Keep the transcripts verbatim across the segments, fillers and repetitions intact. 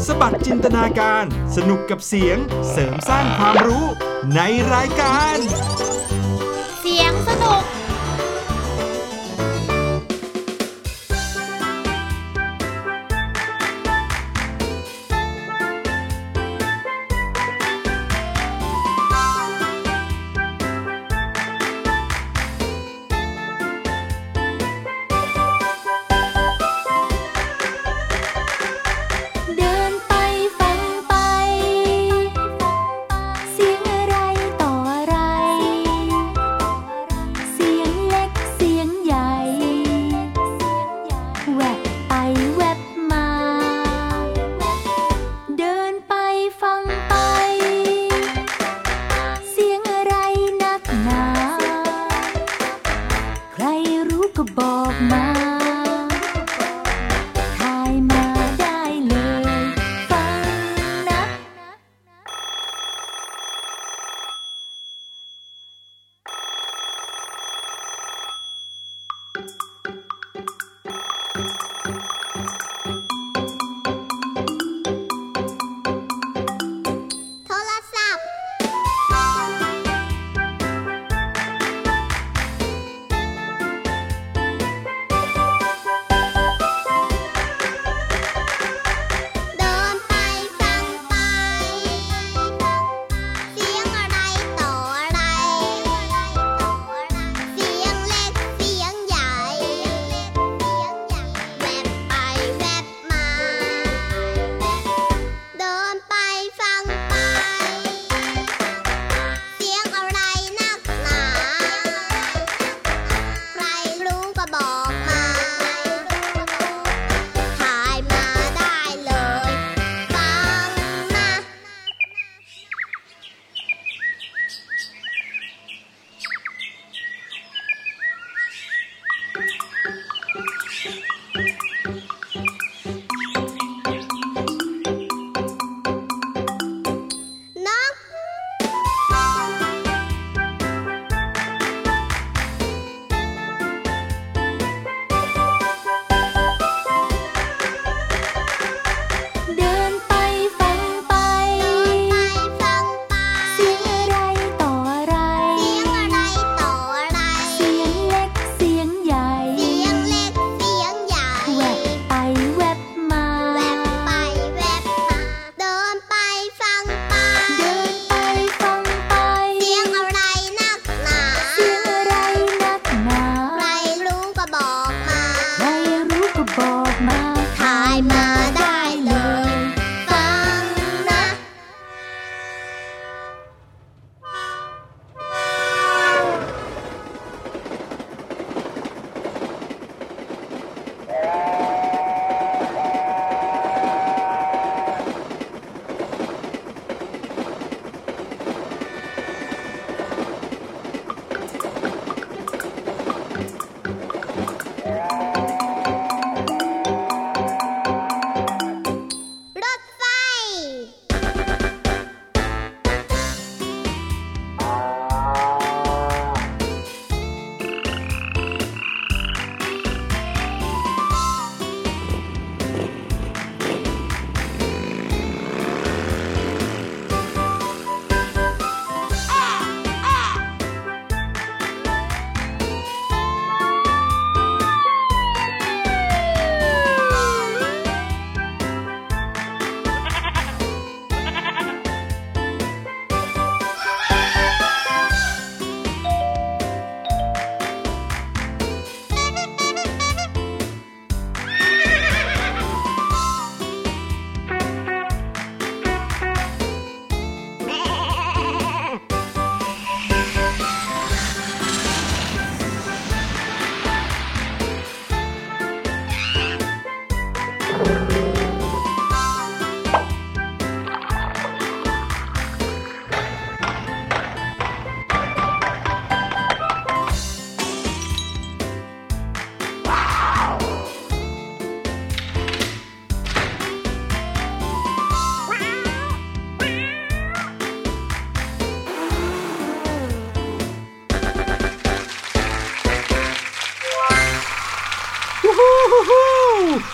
สบัดจินตนาการสนุกกับเสียงเสริมสร้างความรู้ในรายการเสียงสนุกสวัส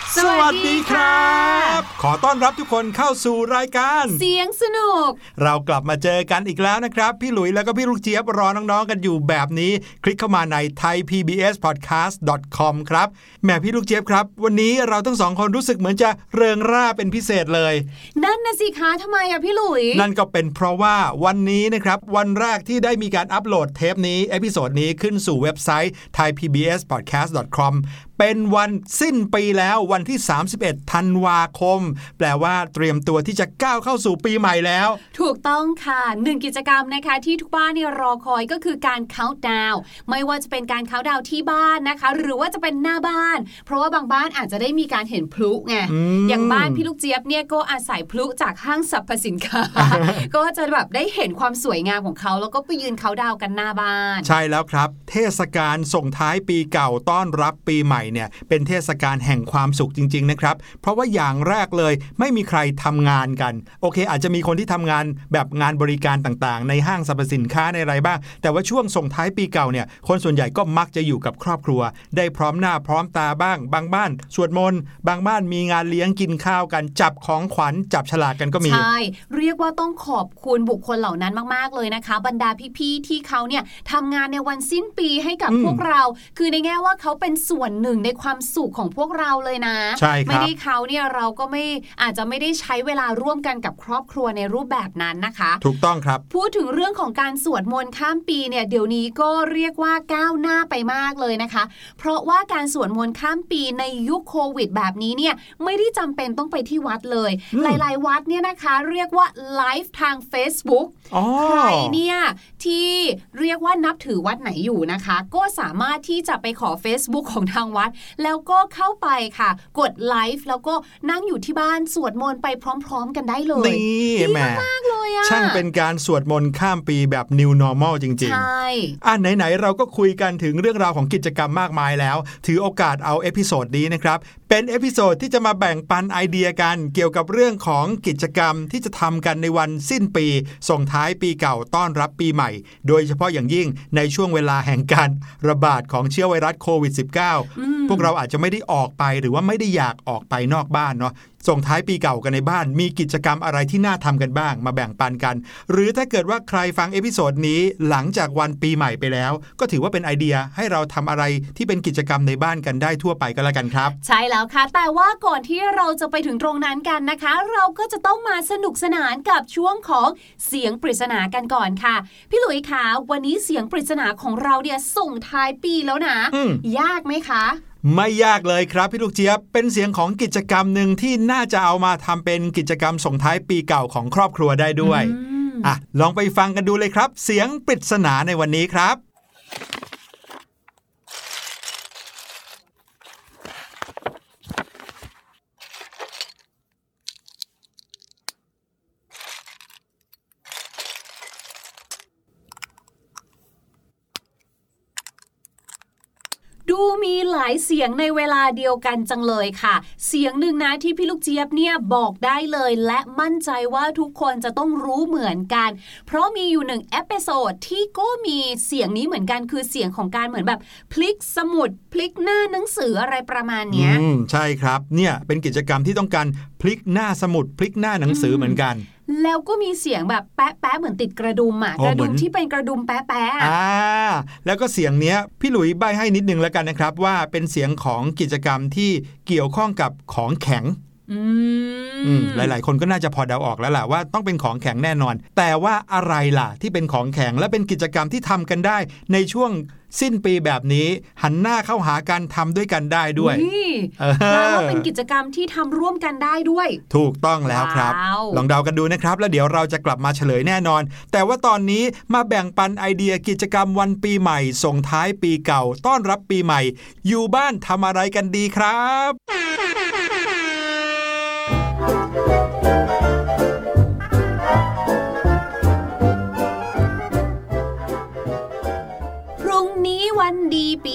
สดีครับขอต้อนรับทุกคนเข้าสู่รายการเสียงสนุกเรากลับมาเจอกันอีกแล้วนะครับพี่หลุยแล้วก็พี่ลูกเจี๊ยบรอน้องๆกันอยู่แบบนี้คลิกเข้ามาใน ไทย พี บี เอส พอดแคสต์ ดอท คอม ครับแหมพี่ลูกเจี๊ยบครับวันนี้เราทั้งสองคนรู้สึกเหมือนจะเริงร่าเป็นพิเศษเลยนั่นน่ะสิคะทำไมอะพี่หลุยนั่นก็เป็นเพราะว่าวันนี้นะครับวันแรกที่ได้มีการอัปโหลดเทปนี้เอพิโซดนี้ขึ้นสู่เว็บไซต์ ไทย พี บี เอส พอดแคสต์ ดอท คอม เป็นวันสิ้นปีแล้ววันที่สามสิบเอ็ดธันวาคมแปลว่าเตรียมตัวที่จะก้าวเข้าสู่ปีใหม่แล้วถูกต้องค่ะหนึ่งกิจกรรมนะคะที่ทุกบ้านเนี่ยรอคอยก็คือการเค้าท์ดาวน์ไม่ว่าจะเป็นการเค้าท์ดาวน์ที่บ้านนะคะหรือว่าจะเป็นหน้าบ้านเพราะว่าบางบ้านอาจจะได้มีการเห็นพลุไง อ, อย่างบ้านพี่ลูกเจี๊ยบเนี่ยก็อาศัยพลุจากห้างสรรพสินค้า ก็จะแบบได้เห็นความสวยงามของเขาแล้วก็ไปยืนเค้าท์ดาวน์กันหน้าบ้านใช่แล้วครับเทศกาลส่งท้ายปีเก่าต้อนรับปีใหม่เนี่ยเป็นเทศกาลแห่งความสุขจริงๆนะครับเพราะว่าอย่างแรกเลยไม่มีใครทำงานกันโอเคอาจจะมีคนที่ทำงานแบบงานบริการต่างๆในห้างสรรพสินค้าในอะไรบ้างแต่ว่าช่วงส่งท้ายปีเก่าเนี่ยคนส่วนใหญ่ก็มักจะอยู่กับครอบครัวได้พร้อมหน้าพร้อมตาบ้างบางบ้านสวดมนต์บางบ้านมีงานเลี้ยงกินข้าวกันจับของขวัญจับฉลากกันก็มีใช่เรียกว่าต้องขอบคุณบุคคลเหล่านั้นมากๆเลยนะคะบรรดาพี่ๆที่เขาเนี่ยทำงานในวันสิ้นปีให้กับพวกเราคือในแง่ว่าเขาเป็นส่วนหนึ่งในความสุขของพวกเราเลยนะไม่ได้เขาเนี่ยเราก็ไม่อาจจะไม่ได้ใช้เวลาร่วมกันกับครอบครัวในรูปแบบนั้นนะคะถูกต้องครับพูดถึงเรื่องของการสวดมนต์ข้ามปีเนี่ยเดี๋ยวนี้ก็เรียกว่าก้าวหน้าไปมากเลยนะคะเพราะว่าการสวดมนต์ข้ามปีในยุคโควิดแบบนี้เนี่ยไม่ได้จำเป็นต้องไปที่วัดเลยหลายๆวัดเนี่ยนะคะเรียกว่าไลฟ์ทาง Facebook ใครเนี่ยที่เรียกว่านับถือวัดไหนอยู่นะคะก็สามารถที่จะไปขอ Facebook ของทางวัดแล้วก็เข้าไปค่ะกดไลฟ์แล้วก็นั่งอยู่ที่บ้านสวดมนต์ไปพร้อมๆกันได้เลยนี่ดีมากๆเลยอ่ะช่างเป็นการสวดมนต์ข้ามปีแบบ New Normal จริงๆใช่อ่ะไหนๆเราก็คุยกันถึงเรื่องราวของกิจกรรมมากมายแล้วถือโอกาสเอาเอพิโซดนี้นะครับเป็นเอพิโซดที่จะมาแบ่งปันไอเดียกันเกี่ยวกับเรื่องของกิจกรรมที่จะทำกันในวันสิ้นปีส่งท้ายปีเก่าต้อนรับปีใหม่โดยเฉพาะอย่างยิ่งในช่วงเวลาแห่งการระบาดของเชื้อไวรัสโควิด สิบเก้า พวกเราอาจจะไม่ได้ออกไปหรือว่าไม่ได้อยากออกไปนอกบ้านเนาะส่งท้ายปีเก่ากันในบ้านมีกิจกรรมอะไรที่น่าทำกันบ้างมาแบ่งปันกันหรือถ้าเกิดว่าใครฟังเอพิโซดนี้หลังจากวันปีใหม่ไปแล้วก็ถือว่าเป็นไอเดียให้เราทำอะไรที่เป็นกิจกรรมในบ้านกันได้ทั่วไปก็แล้วกันครับใช่แล้วค่ะแต่ว่าก่อนที่เราจะไปถึงตรงนั้นกันนะคะเราก็จะต้องมาสนุกสนานกับช่วงของเสียงปริศนากันก่อนค่ะพี่หลุยคะวันนี้เสียงปริศนาของเราเนี่ยส่งท้ายปีแล้วนะยากไหมคะไม่ยากเลยครับพี่ลูกเจี๊ยบเป็นเสียงของกิจกรรมหนึ่งที่น่าจะเอามาทำเป็นกิจกรรมส่งท้ายปีเก่าของครอบครัวได้ด้วยอ่ะลองไปฟังกันดูเลยครับเสียงปริศนาในวันนี้ครับดูมีหลายเสียงในเวลาเดียวกันจังเลยค่ะเสียงหนึ่งนะที่พี่ลูกเจี๊ยบเนี่ยบอกได้เลยและมั่นใจว่าทุกคนจะต้องรู้เหมือนกันเพราะมีอยู่หนึ่งเอพิโซดที่ก็มีเสียงนี้เหมือนกันคือเสียงของการเหมือนแบบพลิกสมุดพลิกหน้าหนังสืออะไรประมาณเนี้ยอืมใช่ครับเนี่ยเป็นกิจกรรมที่ต้องการพลิกหน้าสมุดพลิกหน้าหนังสือเหมือนกันแล้วก็มีเสียงแบบแป๊ะแป๊ะเหมือนติดกระดุมอ่ะกระดุมที่เป็นกระดุมแป๊ะแป๊ะอ่าแล้วก็เสียงเนี้ยพี่หลุยใบ้ให้นิดนึงแล้วกันนะครับว่าเป็นเสียงของกิจกรรมที่เกี่ยวข้องกับของแข็งอืมหลายๆคนก็น่าจะพอเดาออกแล้วล่ะว่าต้องเป็นของแข็งแน่นอนแต่ว่าอะไรล่ะที่เป็นของแข็งและเป็นกิจกรรมที่ทำกันได้ในช่วงสิ้นปีแบบนี้หันหน้าเข้าหากันทำด้วยกันได้ด้วยแล้วว่าเป็นกิจกรรมที่ทำร่วมกันได้ด้วยถูกต้องแล้วครับลองเดากันดูนะครับแล้วเดี๋ยวเราจะกลับมาเฉลยแน่นอนแต่ว่าตอนนี้มาแบ่งปันไอเดียกิจกรรมวันปีใหม่ส่งท้ายปีเก่าต้อนรับปีใหม่อยู่บ้านทำอะไรกันดีครับพรุ่งนี้วันดีปีใหม่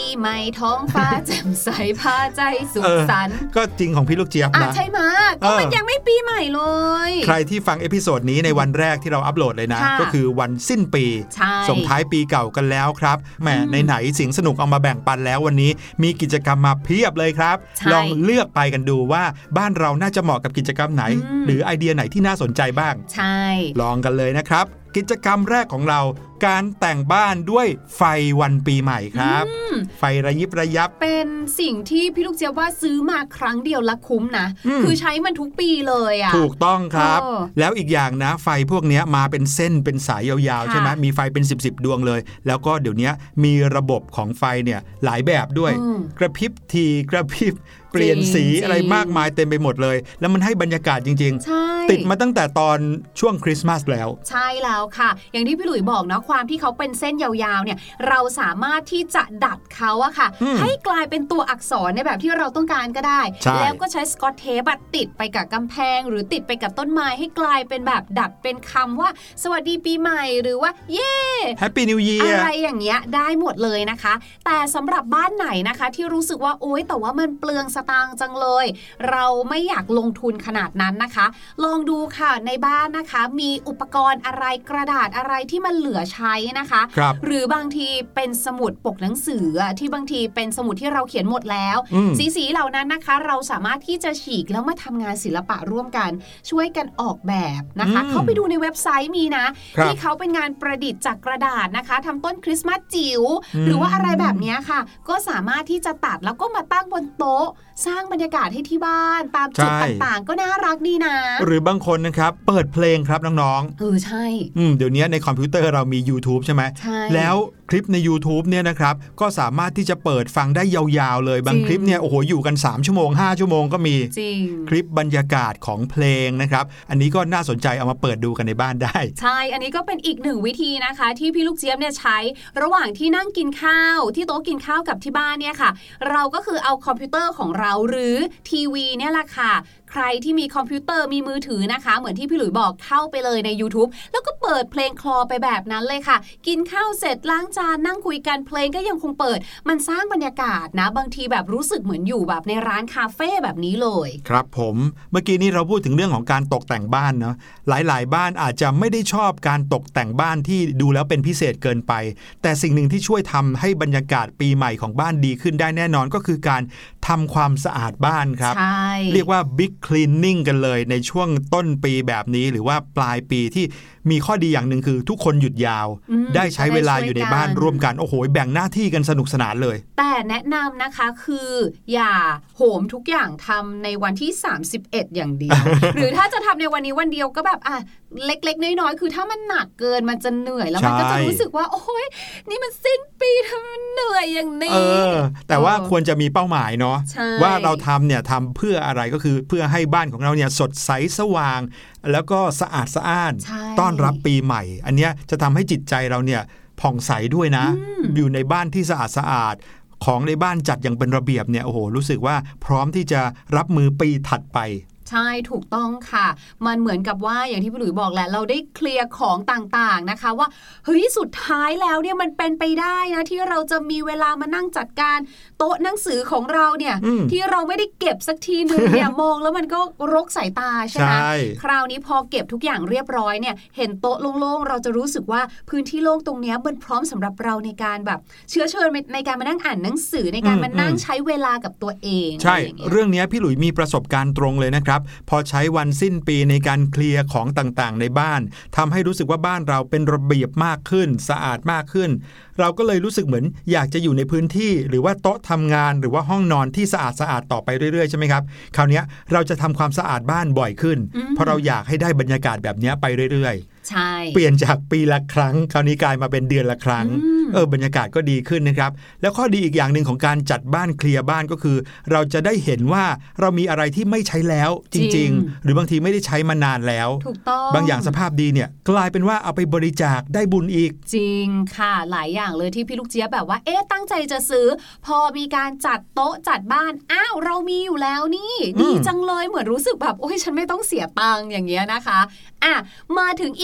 ท้องฟ้าแจ่มใสพาใจสุขสันต์ก็จริงของพี่ลูกเจี๊ยบนะใช่ไหมก็มันยังไม่ปีใหม่เลยใครที่ฟังเอพิโซดนี้ในวันแรกที่เราอัปโหลดเลยนะก็คือวันสิ้นปีส่งท้ายปีเก่ากันแล้วครับแหมไหนๆสิ่งสนุกเอามาแบ่งปันแล้ววันนี้มีกิจกรรมมาเพียบเลยครับลองเลือกไปกันดูว่าบ้านเราน่าจะเหมาะกับกิจกรรมไหนหรือไอเดียไหนที่น่าสนใจบ้างใช่ลองกันเลยนะครับกิจกรรมแรกของเราการแต่งบ้านด้วยไฟวันปีใหม่ครับไฟระยิบระยับเป็นสิ่งที่พี่ลูกเจี๊ยบว่าซื้อมาครั้งเดียวละคุ้มนะคือใช้มันทุกปีเลยอ่ะถูกต้องครับแล้วอีกอย่างนะไฟพวกนี้มาเป็นเส้นเป็นสายยาวๆใช่ไหมมีไฟเป็นสิบสิบดวงเลยแล้วก็เดี๋ยวนี้มีระบบของไฟเนี่ยหลายแบบด้วยกระพริบทีกระพริบเปลี่ยนสีอะไรมากมายเต็มไปหมดเลยแล้วมันให้บรรยากาศจริงๆติดมาตั้งแต่ตอนช่วงคริสต์มาสแล้วใช่แล้วค่ะอย่างที่พี่หลุยบอกนะความที่เขาเป็นเส้นยาวๆเนี่ยเราสามารถที่จะดัดเขาอะค่ะให้กลายเป็นตัวอักษรในแบบที่เราต้องการก็ได้แล้วก็ใช้สกอตเทปติดไปกับกำแพงหรือติดไปกับต้นไม้ให้กลายเป็นแบบดัดเป็นคำว่าสวัสดีปีใหม่หรือว่าเย้แฮปปี้นิวเยียร์อะไรอย่างเงี้ยได้หมดเลยนะคะแต่สำหรับบ้านไหนนะคะที่รู้สึกว่าโอ๊ยแต่ว่ามันเปลืองสตางค์จังเลยเราไม่อยากลงทุนขนาดนั้นนะคะลองดูค่ะในบ้านนะคะมีอุปกรณ์อะไรกระดาษอะไรที่มันเหลือใช้นะคะหรือบางทีเป็นสมุดปกหนังสือที่บางทีเป็นสมุดที่เราเขียนหมดแล้วสีสีเหล่านั้นนะคะเราสามารถที่จะฉีกแล้วมาทำงานศิลปะร่วมกันช่วยกันออกแบบนะคะเข้าไปดูในเว็บไซต์มีนะที่เขาเป็นงานประดิษฐ์จากกระดาษนะคะทำต้นคริสต์มาสจิ๋วหรือว่าอะไรแบบนี้ค่ะก็สามารถที่จะตัดแล้วก็มาตั้งบนโต๊ะสร้างบรรยากาศให้ที่บ้านตามจุดต่างๆก็น่ารักดีนะหรือบางคนนะครับเปิดเพลงครับน้องๆเออใช่อืมเดี๋ยวนี้ในคอมพิวเตอร์เรามี YouTube ใช่ไหมใช่แล้วคลิปใน YouTube เนี่ยนะครับก็สามารถที่จะเปิดฟังได้ยาวๆเลยบางคลิปเนี่ยโอ้โหอยู่กันสามชั่วโมงห้าชั่วโมงก็มีจริงคลิปบรรยากาศของเพลงนะครับอันนี้ก็น่าสนใจเอามาเปิดดูกันในบ้านได้ใช่อันนี้ก็เป็นอีกหนึ่งวิธีนะคะที่พี่ลูกเจี๊ยบเนี่ยใช้ระหว่างที่นั่งกินข้าวที่โต๊ะกินข้าวกับที่บ้านเนี่ยค่ะเราก็คือเอาคอมพิวเตอร์ของเราหรือทีวีเนี่ยแหละค่ะใครที่มีคอมพิวเตอร์มีมือถือนะคะเหมือนที่พี่หลุยบอกเข้าไปเลยใน YouTube แล้วก็เปิดเพลงคลอไปแบบนั้นเลยค่ะกินข้าวเสร็จล้างจานนั่งคุยกันเพลงก็ยังคงเปิดมันสร้างบรรยากาศนะบางทีแบบรู้สึกเหมือนอยู่แบบในร้านคาเฟ่แบบนี้เลยครับผมเมื่อกี้นี้เราพูดถึงเรื่องของการตกแต่งบ้านเนาะหลายๆบ้านอาจจะไม่ได้ชอบการตกแต่งบ้านที่ดูแล้วเป็นพิเศษเกินไปแต่สิ่งหนึ่งที่ช่วยทำให้บรรยากาศปีใหม่ของบ้านดีขึ้นได้แน่นอนก็คือการทำความสะอาดบ้านครับเรียกว่า Big Cleaning กันเลยในช่วงต้นปีแบบนี้หรือว่าปลายปีที่มีข้อดีอย่างหนึ่งคือทุกคนหยุดยาวได้ใช้เวลาอยู่ในบ้านร่วมกันโอ้โหแบ่งหน้าที่กันสนุกสนานเลยแต่แนะนำนะคะคืออย่าโหมทุกอย่างทำในวันที่สามสิบเอ็ดอย่างเดียว หรือถ้าจะทำในวันนี้วันเดียวก็แบบอ่ะเล็กๆน้อยๆคือถ้ามันหนักเกินมันจะเหนื่อยแล้วมันก็จะรู้สึกว่าโอ้ยนี่มันสิ้นปีทำไมมันเหนื่อยอย่างนี้เออแต่ว่าควรจะมีเป้าหมายเนาะว่าเราทำเนี่ยทำเพื่ออะไรก็คือเพื่อให้บ้านของเราเนี่ยสดใสสว่างแล้วก็สะอาดสะอ้านต้อนรับปีใหม่อันเนี้ยจะทำให้จิตใจเราเนี่ยผ่องใสด้วยนะ อ, อยู่ในบ้านที่สะอาดสะอาดของในบ้านจัดอย่างเป็นระเบียบเนี่ยโอ้โหรู้สึกว่าพร้อมที่จะรับมือปีถัดไปใช่ถูกต้องค่ะมันเหมือนกับว่าอย่างที่พี่หลุยบอกแหละเราได้เคลียร์ของต่างๆนะคะว่าเฮ้ยสุดท้ายแล้วเนี่ยมันเป็นไปได้นะที่เราจะมีเวลามานั่งจัดการโต๊ะหนังสือของเราเนี่ยที่เราไม่ได้เก็บสักทีนึงเนี่ย มองแล้วมันก็รกสายตาใช่ไหมคราวนี้พอเก็บทุกอย่างเรียบร้อยเนี่ยเห็นโต๊ะโล่งๆเราจะรู้สึกว่าพื้นที่โล่งตรงนี้มันพร้อมสำหรับเราในการแบบเชื้อเชิญในการมานั่งอ่านหนังสือในการมานั่งใช้เวลากับตัวเองใช่เรื่องนี้พี่หลุยมีประสบการณ์ตรงเลยนะครับพอใช้วันสิ้นปีในการเคลียร์ของต่างๆในบ้านทำให้รู้สึกว่าบ้านเราเป็นระเบียบมากขึ้นสะอาดมากขึ้นเราก็เลยรู้สึกเหมือนอยากจะอยู่ในพื้นที่หรือว่าโต๊ะทำงานหรือว่าห้องนอนที่สะอาดสะอาดต่อไปเรื่อยๆใช่ไหมครับคราวนี้เราจะทำความสะอาดบ้านบ่อยขึ้นเพราะเราอยากให้ได้บรรยากาศแบบนี้ไปเรื่อยๆใช่เปลี่ยนจากปีละครั้งคราวนี้กลายมาเป็นเดือนละครั้งเออบรรยากาศก็ดีขึ้นนะครับแล้วข้อดีอีกอย่างหนึ่งของการจัดบ้านเคลียร์บ้านก็คือเราจะได้เห็นว่าเรามีอะไรที่ไม่ใช้แล้วจริงๆหรือบางทีไม่ได้ใช้มานานแล้วถูกต้องบางอย่างสภาพดีเนี่ยกลายเป็นว่าเอาไปบริจาคได้บุญอีกจริงค่ะหลายอย่างเลยที่พี่ลูกเจี๊ยบแบบว่าเอ๊ะตั้งใจจะซื้อพอมีการจัดโต๊ะจัดบ้านอ้าวเรามีอยู่แล้วนี่ดีจังเลยเหมือนรู้สึกแบบโอ้ยฉันไม่ต้องเสียตังค์อย่างเงี้ยนะคะอ่ะมาถึงอีกหนึ่งกิจ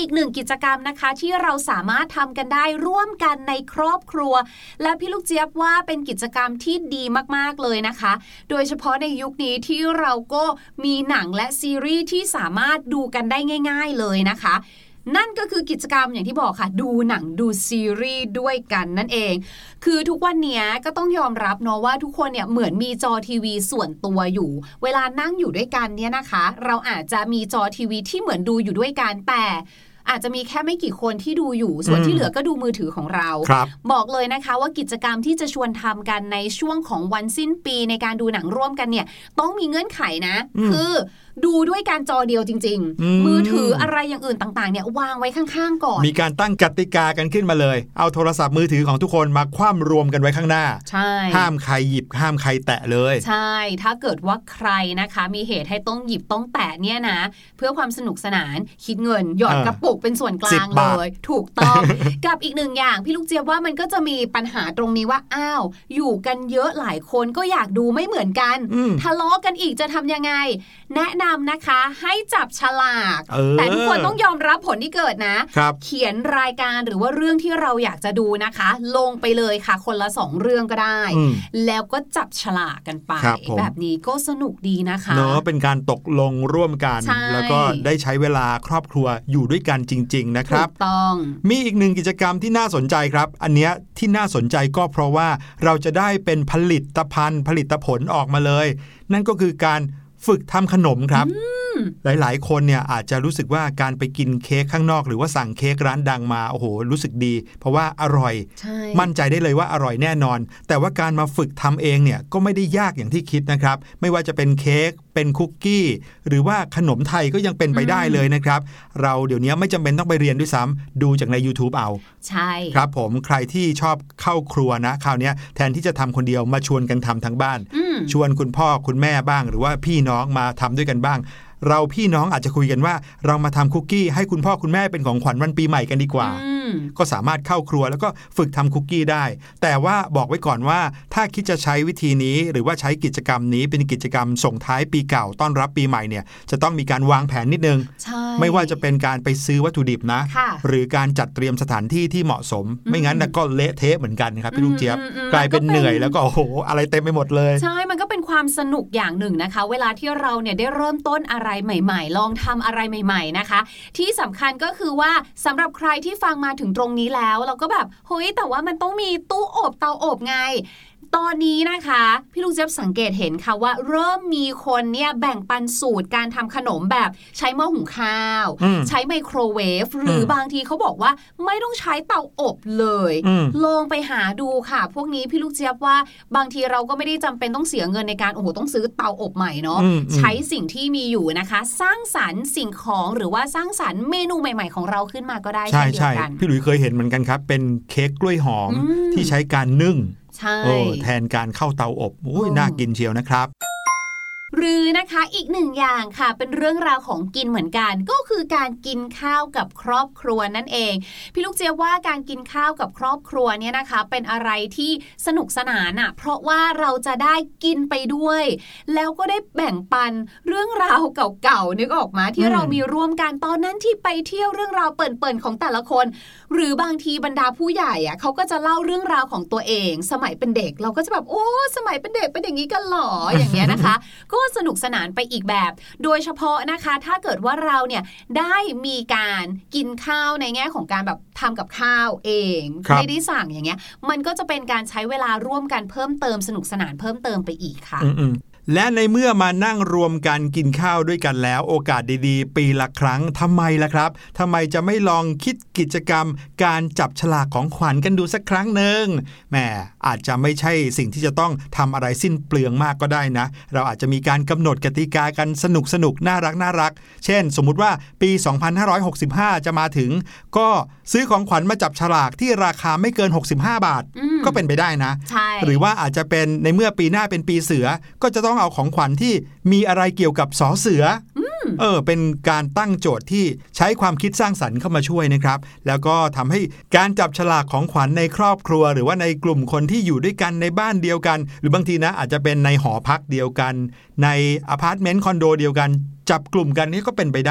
จกรรมนะคะที่เราสามารถทำกันได้ร่วมกันในครอบครัวและพี่ลูกเจี๊ยบว่าเป็นกิจกรรมที่ดีมากๆเลยนะคะโดยเฉพาะในยุคนี้ที่เราก็มีหนังและซีรีส์ที่สามารถดูกันได้ง่ายๆเลยนะคะนั่นก็คือกิจกรรมอย่างที่บอกค่ะดูหนังดูซีรีส์ด้วยกันนั่นเองคือทุกวันนี้ก็ต้องยอมรับเนาะว่าทุกคนเนี่ยเหมือนมีจอทีวีส่วนตัวอยู่เวลานั่งอยู่ด้วยกันเนี่ยนะคะเราอาจจะมีจอทีวีที่เหมือนดูอยู่ด้วยกันแต่อาจจะมีแค่ไม่กี่คนที่ดูอยู่ส่วนที่เหลือก็ดูมือถือของเราบอกเลยนะคะว่ากิจกรรมที่จะชวนทำกันในช่วงของวันสิ้นปีในการดูหนังร่วมกันเนี่ยต้องมีเงื่อนไขนะคือดูด้วยการจอเดียวจริงๆมือถืออะไรอย่างอื่นต่างๆเนี่ยวางไว้ข้างๆก่อนมีการตั้งกติกากันขึ้นมาเลยเอาโทรศัพท์มือถือของทุกคนมาคว่ำรวมกันไว้ข้างหน้าใช่ห้ามใครหยิบห้ามใครแตะเลยใช่ถ้าเกิดว่าใครนะคะมีเหตุให้ต้องหยิบต้องแตะเนี่ยนะเพื่อความสนุกสนานคิดเงินหยอดกระปุกเป็นส่วนกลางเลยถูกต้อง กับอีกหนึ่งอย่างพี่ลูกเจี๊ยบว่ามันก็จะมีปัญหาตรงนี้ว่าอ้าวอยู่กันเยอะหลายคนก็อยากดูไม่เหมือนกันทะเลาะกันอีกจะทำยังไงแนะนำนะคะให้จับฉลากแต่ทุกคนต้องยอมรับผลที่เกิดนะเขียนรายการหรือว่าเรื่องที่เราอยากจะดูนะคะลงไปเลยค่ะคนละสองเรื่องก็ได้แล้วก็จับฉลากกันไปแบบนี้ก็สนุกดีนะคะเนอะเป็นการตกลงร่วมกันแล้วก็ได้ใช้เวลาครอบครัวอยู่ด้วยกันจริงๆนะครับถูกต้องมีอีกหนึ่งกิจกรรมที่น่าสนใจครับอันเนี้ยที่น่าสนใจก็เพราะว่าเราจะได้เป็นผลิตภัณฑ์ผลิตผลออกมาเลยนั่นก็คือการฝึกทำขนมครับหลายๆคนเนี่ยอาจจะรู้สึกว่าการไปกินเค้กข้างนอกหรือว่าสั่งเค้กร้านดังมาโอ้โหรู้สึกดีเพราะว่าอร่อยมั่นใจได้เลยว่าอร่อยแน่นอนแต่ว่าการมาฝึกทำเองเนี่ยก็ไม่ได้ยากอย่างที่คิดนะครับไม่ว่าจะเป็นเค้กเป็นคุกกี้หรือว่าขนมไทยก็ยังเป็นไปได้เลยนะครับเราเดี๋ยวนี้ไม่จำเป็นต้องไปเรียนด้วยซ้ำดูจากใน YouTube เอาใช่ครับผมใครที่ชอบเข้าครัวนะคราวนี้แทนที่จะทำคนเดียวมาชวนกันทำทั้งบ้านชวนคุณพ่อคุณแม่บ้างหรือว่าพี่น้องมาทำด้วยกันบ้างเราพี่น้องอาจจะคุยกันว่าเรามาทำคุกกี้ให้คุณพ่อคุณแม่เป็นของขวัญวันปีใหม่กันดีกว่าก็สามารถเข้าครัวแล้วก็ฝึกทำคุกกี้ได้แต่ว่าบอกไว้ก่อนว่าถ้าคิดจะใช้วิธีนี้หรือว่าใช้กิจกรรมนี้เป็นกิจกรรมส่งท้ายปีเก่าต้อนรับปีใหม่เนี่ยจะต้องมีการวางแผนนิดนึงไม่ว่าจะเป็นการไปซื้อวัตถุดิบนะหรือการจัดเตรียมสถานที่ที่เหมาะสมไม่งั้นนะก็เละเทะเหมือนกันครับพี่ลูกเจี๊ยบกลายเป็นเหนื่อยแล้วก็โอ้โหอะไรเต็มไปหมดเลยใช่มันก็เป็นความสนุกอย่างหนึ่งนะคะเวลาที่เราเนี่ยได้เริ่มต้นอะไรใหม่ๆลองทำอะไรใหม่ๆนะคะที่สำคัญก็คือว่าสำหรับใครที่ฟังมาถึงตรงนี้แล้วเราก็แบบเฮ้ยแต่ว่ามันต้องมีตู้อบเตาอบไงตอนนี้นะคะพี่ลูกเจี๊ยบสังเกตเห็นค่ะว่าเริ่มมีคนเนี่ยแบ่งปันสูตรการทำขนมแบบใช้หม้อหุงข้าวใช้ไมโครเวฟหรือบางทีเขาบอกว่าไม่ต้องใช้เตาอบเลยลองไปหาดูค่ะพวกนี้พี่ลูกเจี๊ยบว่าบางทีเราก็ไม่ได้จำเป็นต้องเสียเงินในการโอ้โหต้องซื้อเตาอบใหม่เนาะใช้สิ่งที่มีอยู่นะคะสร้างสรรค์สิ่งของหรือว่าสร้างสรรค์เมนูใหม่ๆของเราขึ้นมาก็ได้เช่นเดียวกันพี่หลุยเคยเห็นเหมือนกันครับเป็นเค้กกล้วยหอมที่ใช้การนึ่งแทนการเข้าเตาอบอุ้ยน่ากินเชียวนะครับหรือนะคะอีกหนึ่งอย่างค่ะเป็นเรื่องราวของกินเหมือนกันก็คือการกินข้าวกับครอบครัวนั่นเองพี่ลูกเจี๊ยบว่าการกินข้าวกับครอบครัวเนี่ยนะคะเป็นอะไรที่สนุกสนานอ่ะเพราะว่าเราจะได้กินไปด้วยแล้วก็ได้แบ่งปันเรื่องราวเก่าๆนึกออกมาที่เรามีร่วมกันตอนนั้นที่ไปเที่ยวเรื่องราวเปิ่นๆของแต่ละคนหรือบางทีบรรดาผู้ใหญ่อ่ะเขาก็จะเล่าเรื่องราวของตัวเองสมัยเป็นเด็กเราก็จะแบบโอ้สมัยเป็นเด็กเป็นอย่างนี้กันหรออย่างเงี้ยนะคะก็สนุกสนานไปอีกแบบโดยเฉพาะนะคะถ้าเกิดว่าเราเนี่ยได้มีการกินข้าวในแง่ของการแบบทำกับข้าวเองไม่ได้สั่งอย่างเงี้ยมันก็จะเป็นการใช้เวลาร่วมกันเพิ่มเติมสนุกสนานเพิ่มเติมไปอีกค่ะและในเมื่อมานั่งรวมกันกินข้าวด้วยกันแล้วโอกาสดีๆปีละครั้งทำไมล่ะครับทำไมจะไม่ลองคิดกิจกรรมการจับฉลากของขวัญกันดูสักครั้งหนึ่งแหมอาจจะไม่ใช่สิ่งที่จะต้องทำอะไรสิ้นเปลืองมากก็ได้นะเราอาจจะมีการกำหนดกติกากันสนุกสนุกน่ารักน่ารักเช่นสมมุติว่าปีสองพันห้าร้อยหกสิบห้าจะมาถึงก็ซื้อของขวัญมาจับฉลากที่ราคาไม่เกินหกสิบห้าบาทก็เป็นไปได้นะหรือว่าอาจจะเป็นในเมื่อปีหน้าเป็นปีเสือก็จะต้องเอาของขวัญที่มีอะไรเกี่ยวกับสอเสือเออเป็นการตั้งโจทย์ที่ใช้ความคิดสร้างสรรค์เข้ามาช่วยนะครับแล้วก็ทำให้การจับฉลากของขวัญในครอบครัวหรือว่าในกลุ่มคนที่อยู่ด้วยกันในบ้านเดียวกันหรือบางทีนะอาจจะเป็นในหอพักเดียวกันในอพาร์ตเมนต์คอนโดเดียวกันจับกลุ่มกันนี่ก็เป็นไปได้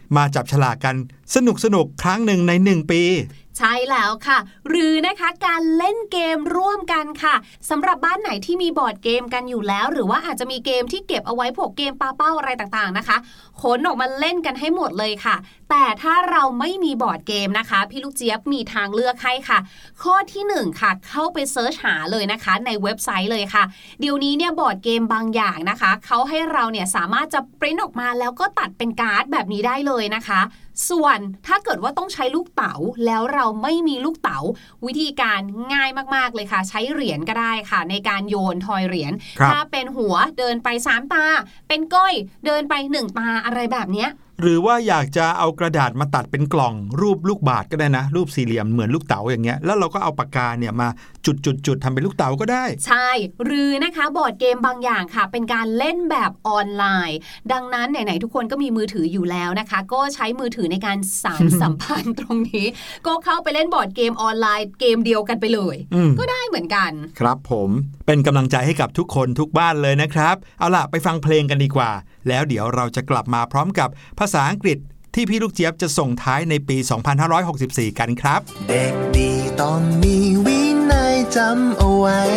มาจับฉลากกันสนุกๆครั้งหนึ่งในหนึ่งปีใช่แล้วค่ะหรือนะคะการเล่นเกมร่วมกันค่ะสำหรับบ้านไหนที่มีบอร์ดเกมกันอยู่แล้วหรือว่าอาจจะมีเกมที่เก็บเอาไว้พวกเกมปาเป้าอะไรต่างๆนะคะขนออกมาเล่นกันให้หมดเลยค่ะแต่ถ้าเราไม่มีบอร์ดเกมนะคะพี่ลูกเจี๊ยบมีทางเลือกให้ค่ะข้อที่หนึ่งค่ะเข้าไปเซิร์ชหาเลยนะคะในเว็บไซต์เลยค่ะเดี๋ยวนี้เนี่ยบอร์ดเกมบางอย่างนะคะเขาให้เราเนี่ยสามารถจะปริ้นออกมาแล้วก็ตัดเป็นการ์ดแบบนี้ได้เลยนะคะส่วนถ้าเกิดว่าต้องใช้ลูกเต๋าแล้วเราไม่มีลูกเต๋าวิธีการง่ายมากๆเลยค่ะใช้เหรียญก็ได้ค่ะในการโยนทอยเหรียญถ้าเป็นหัวเดินไปสามตาเป็นก้อยเดินไปหนึ่งตาอะไรแบบเนี้ยหรือว่าอยากจะเอากระดาษมาตัดเป็นกล่องรูปลูกบาศก์ก็ได้นะรูปสี่เหลี่ยมเหมือนลูกเต๋าอย่างเงี้ยแล้วเราก็เอาปากกาเนี่ยมาจุดๆๆทำเป็นลูกเต๋าก็ได้ใช่หรือนะคะบอร์ดเกมบางอย่างค่ะเป็นการเล่นแบบออนไลน์ดังนั้นไหนๆทุกคนก็มีมือถืออยู่แล้วนะคะก็ใช้มือถือในการสาน สัมพันธ์ตรงนี้ก็เข้าไปเล่นบอร์ดเกมออนไลน์เกมเดียวกันไปเลยก็ได้เหมือนกันครับผมเป็นกำลังใจให้กับทุกคนทุกบ้านเลยนะครับเอาล่ะไปฟังเพลงกันดีกว่าแล้วเดี๋ยวเราจะกลับมาพร้อมกับภาษาอังกฤษที่พี่ลูกเจี๊ยบจะส่งท้ายในปีสองพันห้าร้อยหกสิบสี่กันครับเด็กดีต้องมีวินัยจำเอาไว้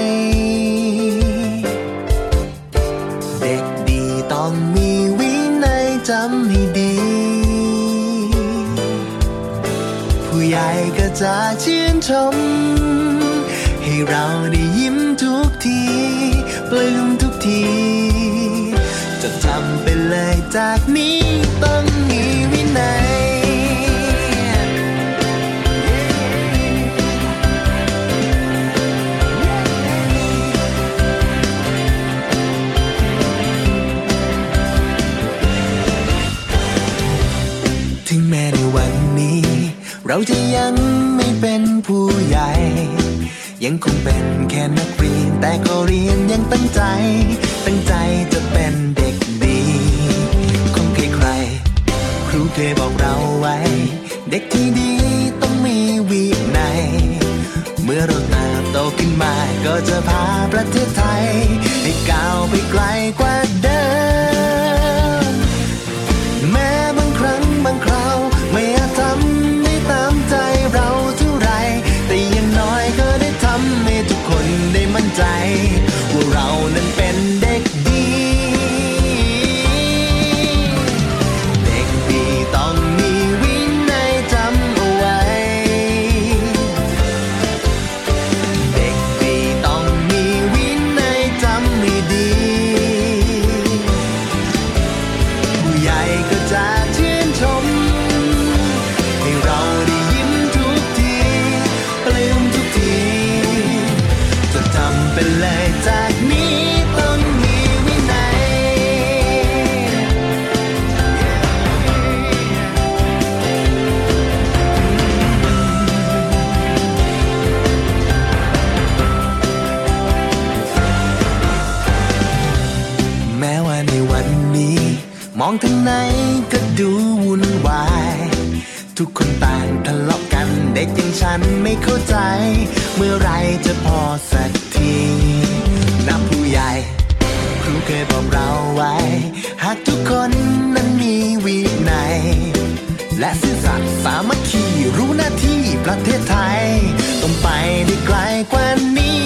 เด็กดีต้องมีวินัยจำให้ดีผู้ใหญ่ก็จะชื่นชมให้เราได้ยิ้มทุกทีปลื้มทุกทีจะทำไปเลยจากนี้ต้องมีวินัยถึงแม้ในวันนี้เราจะยังไม่เป็นผู้ใหญ่ยังคงเป็นแค่นักเรียนแต่ก็เรียนยังตั้งใจตั้งใจจะเป็นเด็กดีคงใครๆครูเคยบอกเราไว้เด็กที่ดีต้องมีวินัยเมื่อเราเติบโตขึ้นมาก็จะพาประเทศไทยให้ก้าวไปไกลกว่าเดิมแม้บางครั้งบางคราวไม่อาจทำได้ตามใจเราเท่าไรแต่อย่างน้อยก็ได้ทำให้ทุกคนได้มั่นใจว่าเรานั้นเป็นเด็กดีเด็กดีต้องมีวินัยจำเอาไว้เด็กดีต้องมีวินัยจำให้ดีผู้ใหญ่ก็จะชื่นชมให้เราได้ยิ้มทุกทีปลื้มทุกทีจะทำเป็นเลยจากนี้ต้องมีวินัยแม้ว่าในวันนี้มองทางไหนก็ดูวุ่นวายทุกคนต่างทะเลาะกันเด็กอย่างฉันไม่เข้าใจเมื่อไรจะพอสักทีนับผู้ใหญ่ครูเคยบอกเราไว้หากทุกคนนั้นมีวินัยและซื่อสัตย์สามัคคีรู้หน้าที่ประเทศไทยต้องไปได้ไกลกว่านี้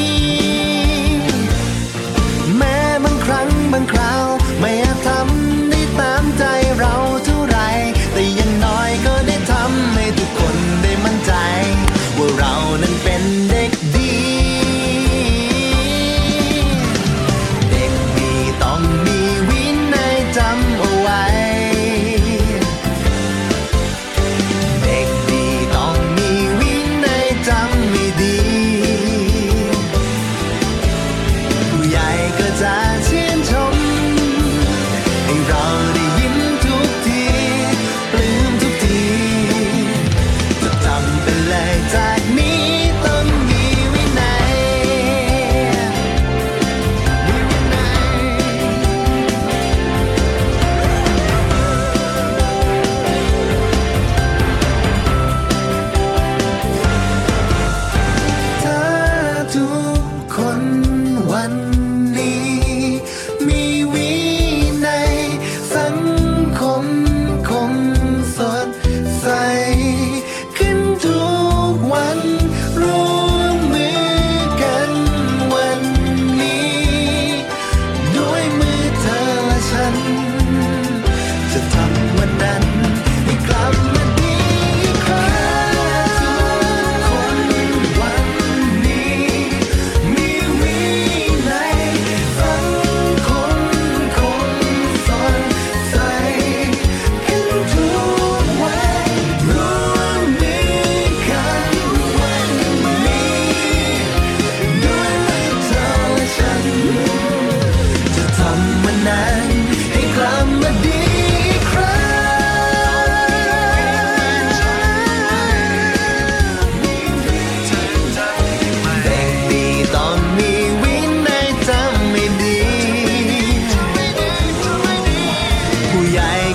แม้บางครั้งบางคราวไม่อาจทำได้ตามใจเราเท่าไรแต่อย่างน้อยก็ได้ทำให้ทุกคนได้มั่นใจว่าเรานั้นเป็นเด็กดีเด็กดีต้องมีวินัยจำเอาไว้เด็กดีต้องมีวินัยจำให้ดีผู้ใหญ่ก็จะชื่นชมให้เราได้ยิ้มทุกทีปลื้มทุกทีจะทำเป็นเลยจากนี้ต้องมีวินัยมีวินัยถ้าทุกคนวันนี้มีวินัยสังคมคงส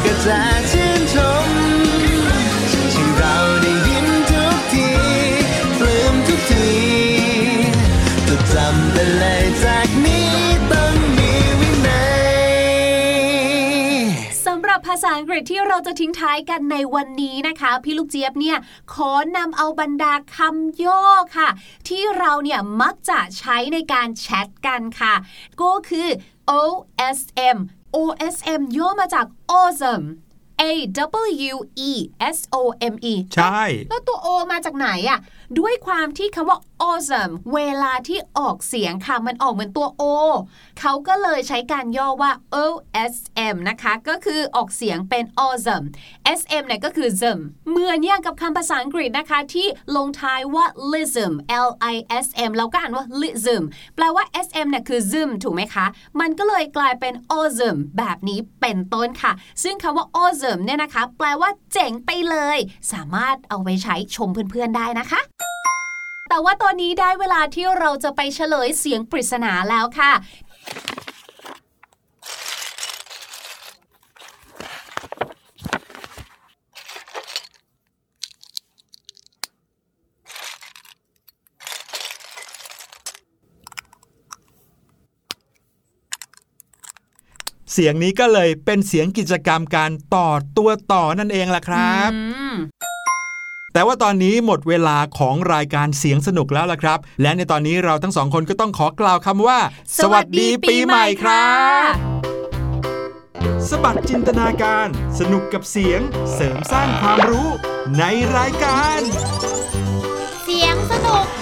ก็จะชื่นชมที่เราได้ยิ้มทุกทีปลื้มทุกทีจดจำไปเลยจากนี้ต้องมีวินัยสำหรับภาษาอังกฤษที่เราจะทิ้งท้ายกันในวันนี้นะคะพี่ลูกเจี๊ยบเนี่ยขอนำเอาบรรดาคำย่อค่ะที่เราเนี่ยมักจะใช้ในการแชทกันค่ะก็คือ โอ เอส เอ็ม โอ เอส เอ็ม ย่อมาจาก awesome A W E S O M E ใช่แล้วตัว O มาจากไหนอ่ะด้วยความที่คำว่า awesome เวลาที่ออกเสียงค่ะมันออกเหมือนตัว O เขาก็เลยใช้การย่อว่า โอ เอส เอ็ม นะคะก็คือออกเสียงเป็น awesome S M เนี่ยก็คือ zim เหมือนอย่างกับคำภาษาอังกฤษนะคะที่ลงท้ายว่า lism L I S M เราก็อ่านว่า lism แปลว่า S M เนี่ยคือ zim ถูกไหมคะมันก็เลยกลายเป็น awesome แบบนี้เป็นต้นค่ะซึ่งคำว่า awesomeเนี่ยนะคะแปลว่าเจ๋งไปเลยสามารถเอาไปใช้ชมเพื่อนๆได้นะคะแต่ว่าตอนนี้ได้เวลาที่เราจะไปเฉลยเสียงปริศนาแล้วค่ะเสียงนี้ก็เลยเป็นเสียงกิจกรรมการต่อตัวต่อนั่นเองล่ะครับแต่ว่าตอนนี้หมดเวลาของรายการเสียงสนุกแล้วล่ะครับและในตอนนี้เราทั้งสองคนก็ต้องขอกล่าวคำว่าสวัสดีปีใหม่ครับสบัดจินตนาการสนุกกับเสียงเสริมสร้างความรู้ในรายการเสียงสนุก